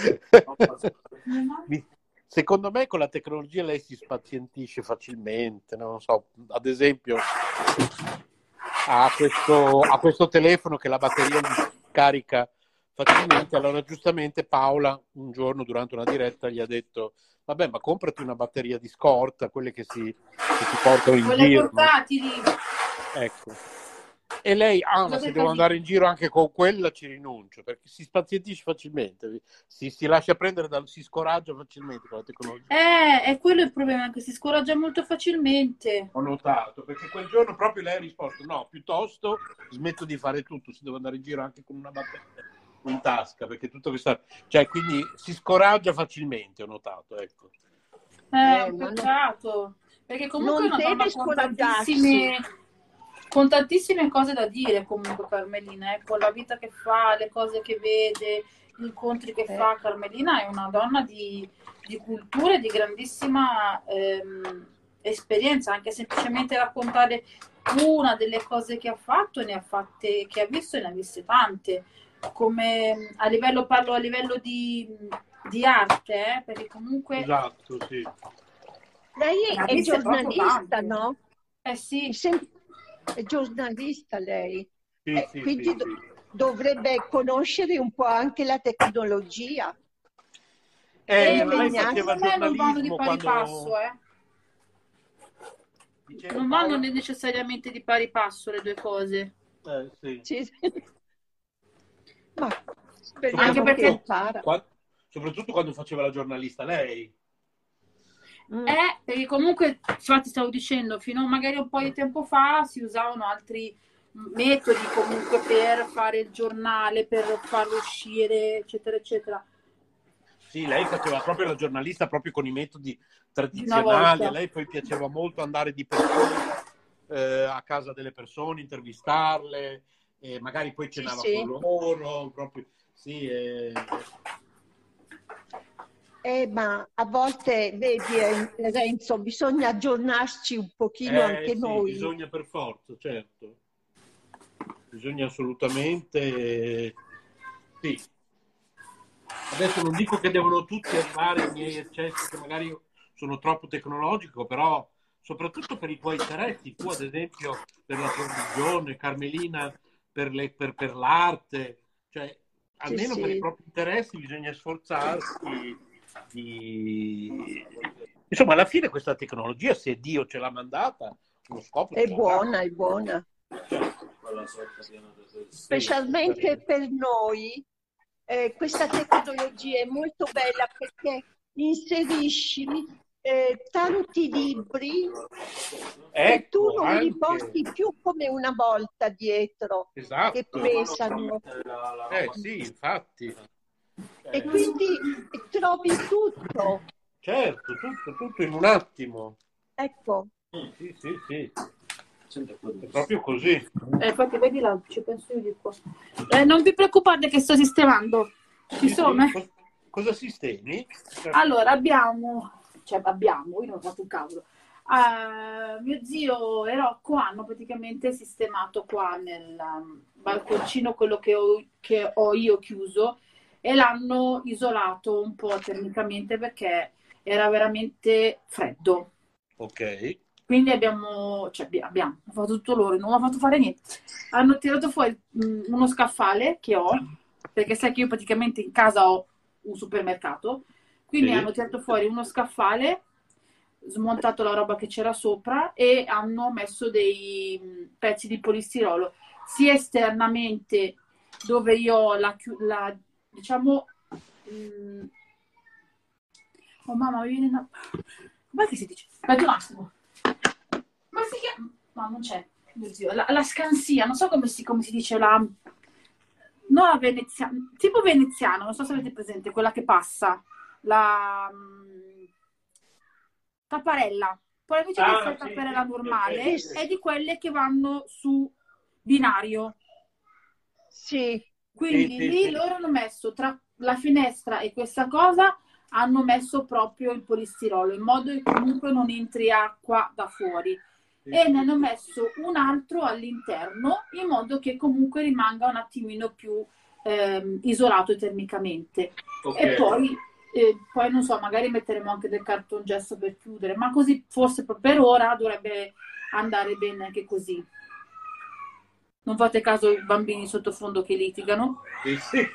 Secondo me con la tecnologia lei si spazientisce facilmente, non so, ad esempio ha questo telefono che la batteria gli carica facilmente, allora giustamente Paola un giorno durante una diretta gli ha detto vabbè, ma comprati una batteria di scorta, quelle che si portano in quelle giro. portatili. Ecco. E lei, ma se devo andare in giro anche con quella ci rinuncio, perché si spazientisce facilmente, si lascia prendere, si scoraggia facilmente con la tecnologia. È quello il problema, che si scoraggia molto facilmente. Ho notato, perché quel giorno proprio lei ha risposto no, piuttosto smetto di fare tutto, se devo andare in giro anche con una batteria in tasca, perché tutto questa... Cioè, quindi si scoraggia facilmente, ho notato, ecco. Un peccato, perché comunque non è una donna con tantissime cose da dire, comunque Carmelina, con la vita che fa, le cose che vede, gli incontri che fa. Carmelina è una donna di cultura e di grandissima esperienza, anche semplicemente raccontare una delle cose che ha fatto, ne ha fatte, che ha visto e ne ha viste tante, come parlo a livello di arte, perché comunque... Esatto, sì. Lei è giornalista, no? Sì. È giornalista lei, Sì, quindi sì. Dovrebbe conoscere un po' anche la tecnologia. Lei faceva non vanno di giornalismo pari quando... passo, non vanno necessariamente di pari passo le due cose. Sì. Ma anche perché soprattutto quando faceva la giornalista lei. Perché comunque, infatti stavo dicendo, fino a magari un po' di tempo fa si usavano altri metodi comunque per fare il giornale, per farlo uscire, eccetera, eccetera. Sì, lei faceva proprio la giornalista proprio con i metodi tradizionali, a lei poi piaceva molto andare di persona a casa delle persone, intervistarle, e magari poi cenava con loro, proprio, ma a volte, vedi, Renzo, bisogna aggiornarci un pochino anche noi. Bisogna per forza, certo. Bisogna assolutamente... Sì. Adesso non dico che devono tutti arrivare ai miei eccessi, che magari sono troppo tecnologico, però soprattutto per i tuoi interessi, tu ad esempio per la tua religione, Carmelina per l'arte, cioè almeno per i propri interessi bisogna sforzarsi di... Insomma, alla fine questa tecnologia, se Dio ce l'ha mandata, lo scopo è buona, è buona. Specialmente per noi, questa tecnologia è molto bella perché inserisci tanti libri che tu non li porti più come una volta dietro, che pesano. Sì, infatti. E quindi trovi tutto. Certo, tutto in un attimo. Ecco. Sì. È proprio così. Infatti, vedi là, ci penso io di qua. Non vi preoccupate che sto sistemando. Ci sono. Cosa sistemi? Allora, io non ho fatto un cavolo. Mio zio e Rocco hanno praticamente sistemato qua nel balconcino quello che ho io chiuso e l'hanno isolato un po' termicamente perché era veramente freddo. Ok. Quindi abbiamo fatto tutto loro, non ho fatto fare niente. Hanno tirato fuori uno scaffale che ho, perché sai che io praticamente in casa ho un supermercato, quindi hanno tirato fuori uno scaffale, smontato la roba che c'era sopra e hanno messo dei pezzi di polistirolo, sia esternamente dove io ho diciamo, oh mamma, mi viene com'è che si dice? Aspetta un attimo. Ma si chiama? No, non c'è. Mio Dio. La scansia, non so come si dice no, la veneziana, tipo veneziano, non so se avete presente, quella che passa, la tapparella. Poi invece di essere tapparella normale, è di quelle che vanno su binario. Sì. Quindi lì loro hanno messo tra la finestra e questa cosa, hanno messo proprio il polistirolo, in modo che comunque non entri acqua da fuori. E ne hanno messo un altro all'interno, in modo che comunque rimanga un attimino più isolato termicamente. Okay. E poi non so, magari metteremo anche del cartongesso per chiudere, ma così forse per ora dovrebbe andare bene anche così. Non fate caso ai bambini sottofondo che litigano? Sì.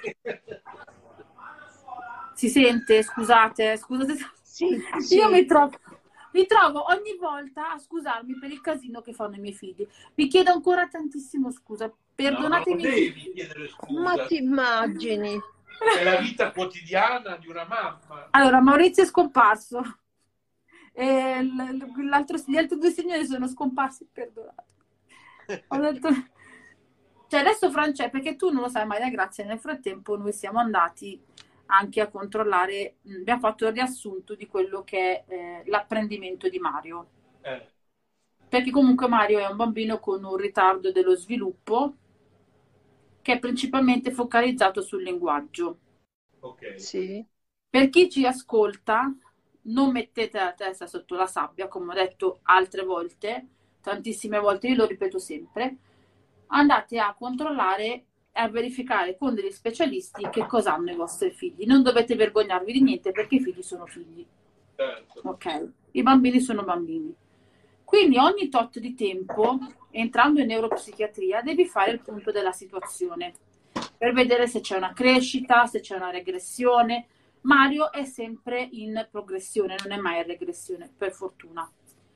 Si sente? Scusate. Sì. Io mi trovo ogni volta a scusarmi per il casino che fanno i miei figli. Vi chiedo ancora tantissimo scusa. Perdonatemi. Non devi chiedere scusa. Ma ti immagini? È la vita quotidiana di una mamma. Allora, Maurizio è scomparso. E gli altri due signori sono scomparsi, perdonate. Ho detto... Cioè adesso Francesco, perché tu non lo sai, Maria Grazia, nel frattempo noi siamo andati anche a controllare, abbiamo fatto il riassunto di quello che è l'apprendimento di Mario. Perché comunque Mario è un bambino con un ritardo dello sviluppo che è principalmente focalizzato sul linguaggio. Ok. Sì. Per chi ci ascolta, non mettete la testa sotto la sabbia, come ho detto altre volte, tantissime volte, io lo ripeto sempre, andate a controllare e a verificare con degli specialisti che cosa hanno i vostri figli. Non dovete vergognarvi di niente perché i figli sono figli. Certo. Ok? I bambini sono bambini. Quindi ogni tot di tempo, entrando in neuropsichiatria, devi fare il punto della situazione per vedere se c'è una crescita, se c'è una regressione. Mario è sempre in progressione, non è mai in regressione, per fortuna.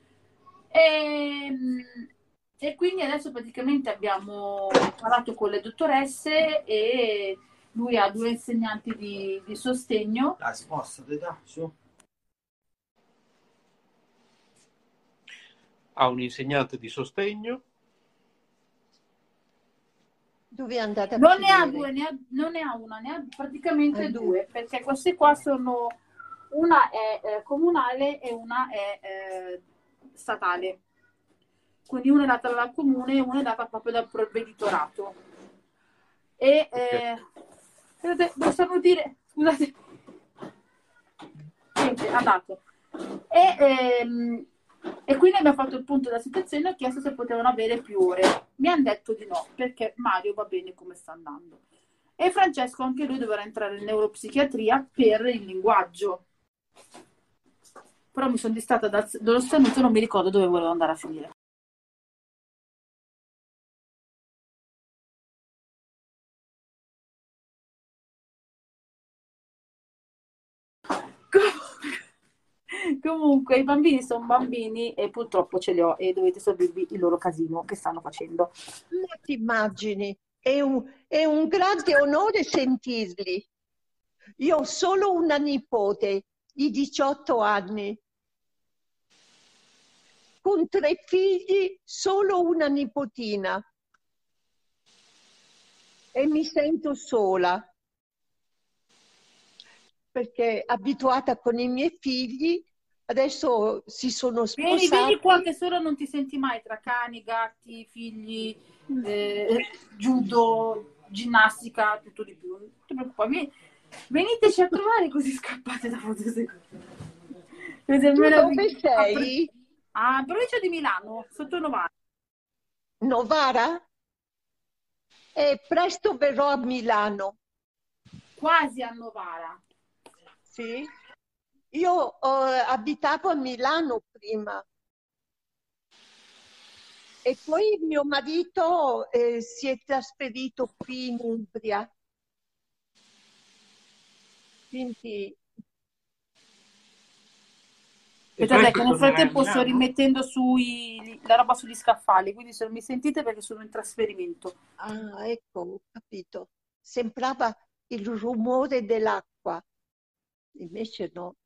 E quindi adesso praticamente abbiamo parlato con le dottoresse e lui ha 2 insegnanti di sostegno. Ha un insegnante di sostegno. Dove è andata a Non ne ha finire? 2, non ne ha una, ne ha praticamente 2, perché queste qua sono, una è comunale e una è statale. Quindi una è data dal comune e una è data proprio dal provveditorato. E devo solo dire, scusate, niente, è andato. E quindi abbiamo fatto il punto della situazione e ho chiesto se potevano avere più ore. Mi hanno detto di no, perché Mario va bene come sta andando. E Francesco, anche lui dovrà entrare in neuropsichiatria per il linguaggio. Però mi sono distratta dallo stenuto e non mi ricordo dove volevo andare a finire. Comunque i bambini sono bambini e purtroppo ce li ho e dovete sorbirvi il loro casino che stanno facendo. Ma ti immagini? È un grande onore sentirli. Io ho solo una nipote di 18 anni. Con 3 figli, solo una nipotina. E mi sento sola. Perché abituata con i miei figli, adesso si sono sposati. Vieni qua che solo non ti senti mai tra cani, gatti, figli, judo, ginnastica, tutto di più. Non ti preoccupare, veniteci a trovare così scappate da fotosecondo. Tu dove sei? A provincia di Milano, sotto Novara. Novara? Presto verrò a Milano. Quasi a Novara. Sì, io abitavo a Milano prima. E poi mio marito si è trasferito qui in Umbria. Quindi Aspettate, che nel tornerai a frattempo sto Milano? rimettendo la roba sugli scaffali, quindi se non mi sentite perché sono in trasferimento. Ah, ecco, ho capito. Sembrava il rumore dell'acqua, invece no.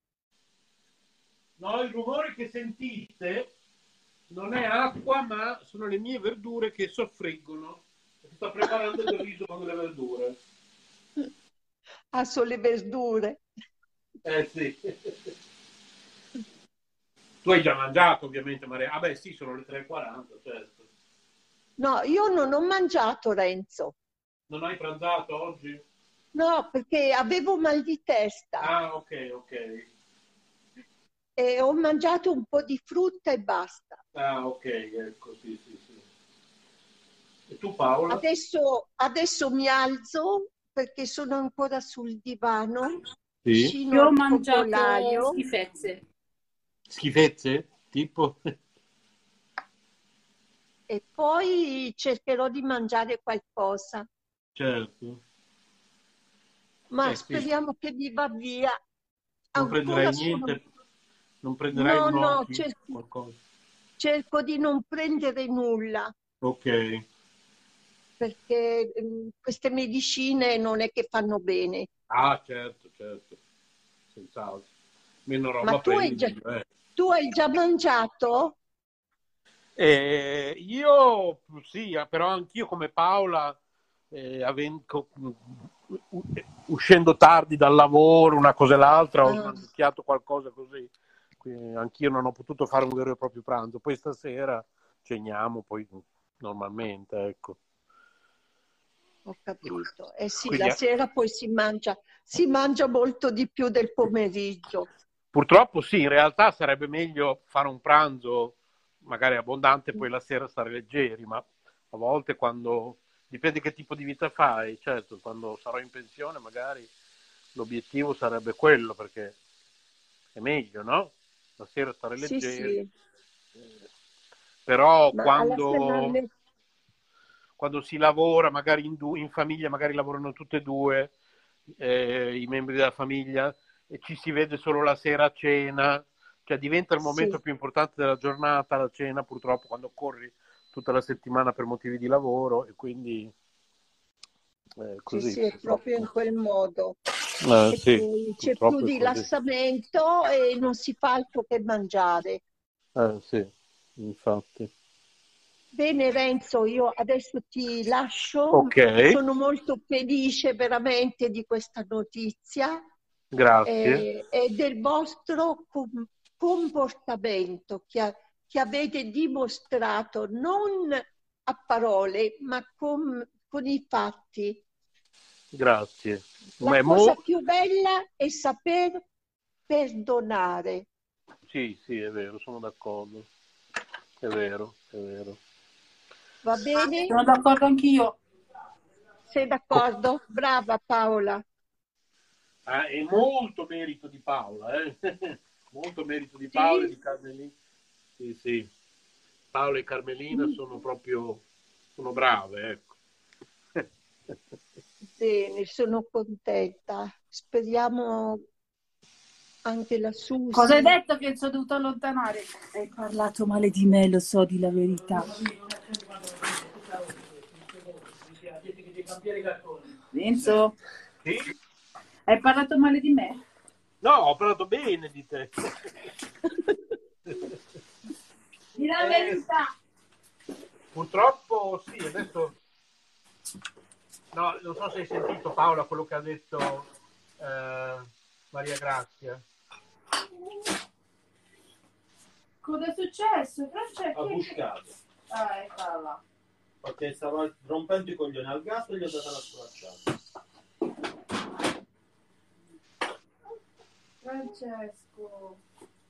No, il rumore che sentite non è acqua, ma sono le mie verdure che soffriggono. Sto preparando il riso con le verdure. Ah, sono le verdure. Sì. Tu hai già mangiato, ovviamente, Maria. Ah beh, sì, sono le 3:40, certo. No, io non ho mangiato, Renzo. Non hai pranzato oggi? No, perché avevo mal di testa Ah, ok. e ho mangiato un po' di frutta e basta. Ah, ok, ecco, sì. E tu, Paola? Adesso mi alzo perché sono ancora sul divano, Sì. vicino Io ho al mangiato focolaio. schifezze. Schifezze? Tipo? E poi cercherò di mangiare qualcosa, Certo. ma Sì. speriamo che mi va via. Non Ancora prenderai sono... niente? Non prenderai No, gnocchi? Qualcosa? cerco di non prendere nulla, Ok. perché queste medicine non è che fanno bene. Ah, certo. Senz'altro. Meno Ma roba prendi, meglio è. tu hai già mangiato? Io sì, però anch'io come Paola, uscendo tardi dal lavoro, una cosa e l'altra, ho smangiato qualcosa così. Quindi anch'io non ho potuto fare un vero e proprio pranzo. Poi stasera ceniamo, poi normalmente, ecco. Ho capito. Eh sì, Quindi, la sera poi si mangia molto di più del pomeriggio. purtroppo sì, in realtà sarebbe meglio fare un pranzo magari abbondante e poi la sera stare leggeri, ma a volte dipende che tipo di vita fai, certo, quando sarò in pensione magari l'obiettivo sarebbe quello, perché è meglio, no? La sera stare leggeri. Sì. Però Ma alla finale... quando si lavora, magari in famiglia, magari lavorano tutte e due i membri della famiglia, e ci si vede solo la sera a cena, cioè diventa il momento più importante della giornata, la cena, purtroppo, quando corri tutta la settimana per motivi di lavoro, e quindi così. Sì, è proprio in quel modo. E poi c'è più rilassamento e non si fa altro che mangiare. Sì, infatti. Bene Renzo, io adesso ti lascio. Ok. Sono molto felice veramente di questa notizia. Grazie. E del vostro comportamento che avete dimostrato non a parole, ma con i fatti. Grazie. La cosa più bella è saper perdonare. Sì, è vero, sono d'accordo. È vero. Va bene? Sono d'accordo anch'io. Sei d'accordo? Brava Paola. È molto merito di Paola, molto merito di Paola e di Carmelina. Sì. Paola e Carmelina sono brave, ecco. Bene, sono contenta. Speriamo anche la Susi. Cosa hai detto che sono dovuto allontanare? Hai parlato male di me, lo so, di la verità. Renzo? Sì? Hai parlato male di me? No, ho parlato bene di te. Di la verità. Purtroppo sì, adesso... No, non so se hai sentito Paola quello che ha detto Maria Grazia. Cosa è successo? Ha buscato. Eccola là. Perché stava rompendo i coglioni al gatto e gli ho dato la sculacciata. Francesco.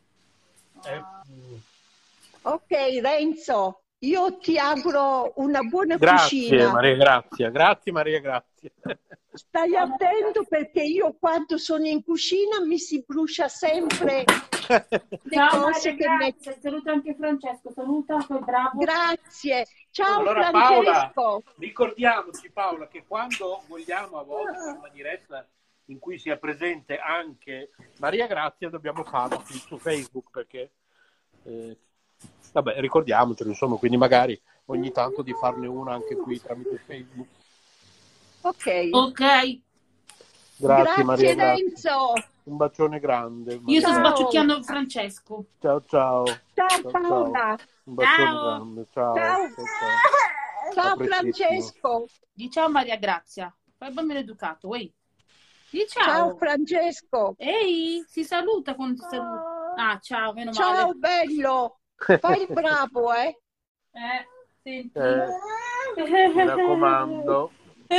Ok, Renzo, io ti auguro una buona Grazie, cucina. Maria Grazia. Grazie, Maria Grazia. stai attento perché io quando sono in cucina mi si brucia sempre le Ciao cose Maria, che grazie. Saluta anche Francesco, saluta, sei bravo. Grazie. Ciao Allora Paola, Francesco. ricordiamoci Paola che quando vogliamo a volte fare una diretta in cui sia presente anche Maria Grazia dobbiamo farlo qui su Facebook perché vabbè, ricordiamocelo insomma, quindi magari ogni tanto di farne una anche qui tramite Facebook. Ok. Grazie Maria, grazie. Renzo. Un bacione grande. Io Maria. sto sbaciucchiando Francesco. Ciao. Ciao Paola. Un bacione Ciao. grande. Ciao. Ciao Francesco. Di ciao Maria Grazia. Fai il bambino educato, ehi. Di ciao. Ciao Francesco. Ehi, si saluta quando si saluta. Ah, ciao, meno male. Ciao bello. Fai il bravo, Senti. Mi raccomando.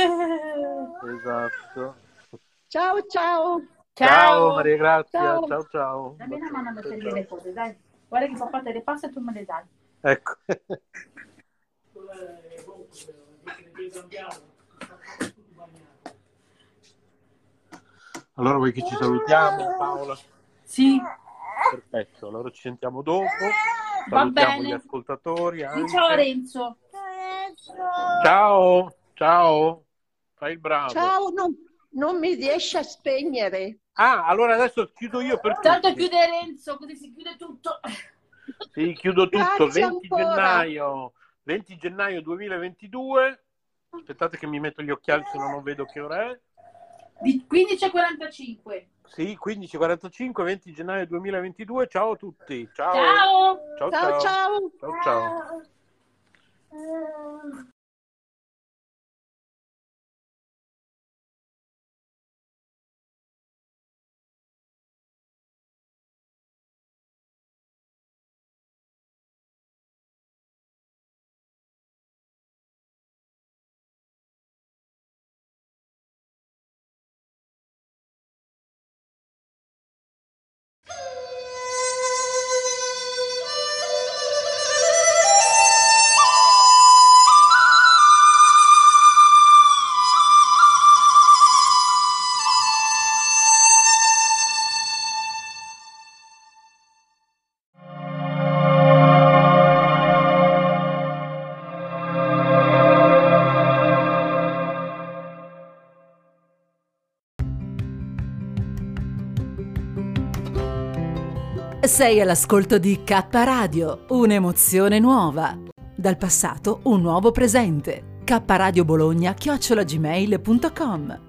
Esatto. Ciao. Maria Grazia. Ciao. Ciao. Dammi una mano a mettere le cose, dai. Guarda che papà te le passa e tu me le dai. Ecco. Allora vuoi che ci salutiamo, Paola? Sì. Perfetto, allora ci sentiamo dopo. Va Salutiamo bene. gli ascoltatori anche. Di ciao Renzo. Ciao. Fai il bravo. Ciao, non mi riesci a spegnere. Ah, allora adesso chiudo io per Tanto tutti. chiude Renzo, così si chiude tutto. Sì, chiudo tutto. Grazie 20 gennaio 2022. Aspettate che mi metto gli occhiali se no non vedo che ora è. Di 15:45. Sì, 15:45, 20 gennaio 2022. Ciao a tutti. Ciao. Ciao. Ciao. Sei all'ascolto di K Radio, un'emozione nuova. Dal passato un nuovo presente. kradiobologna@gmail.com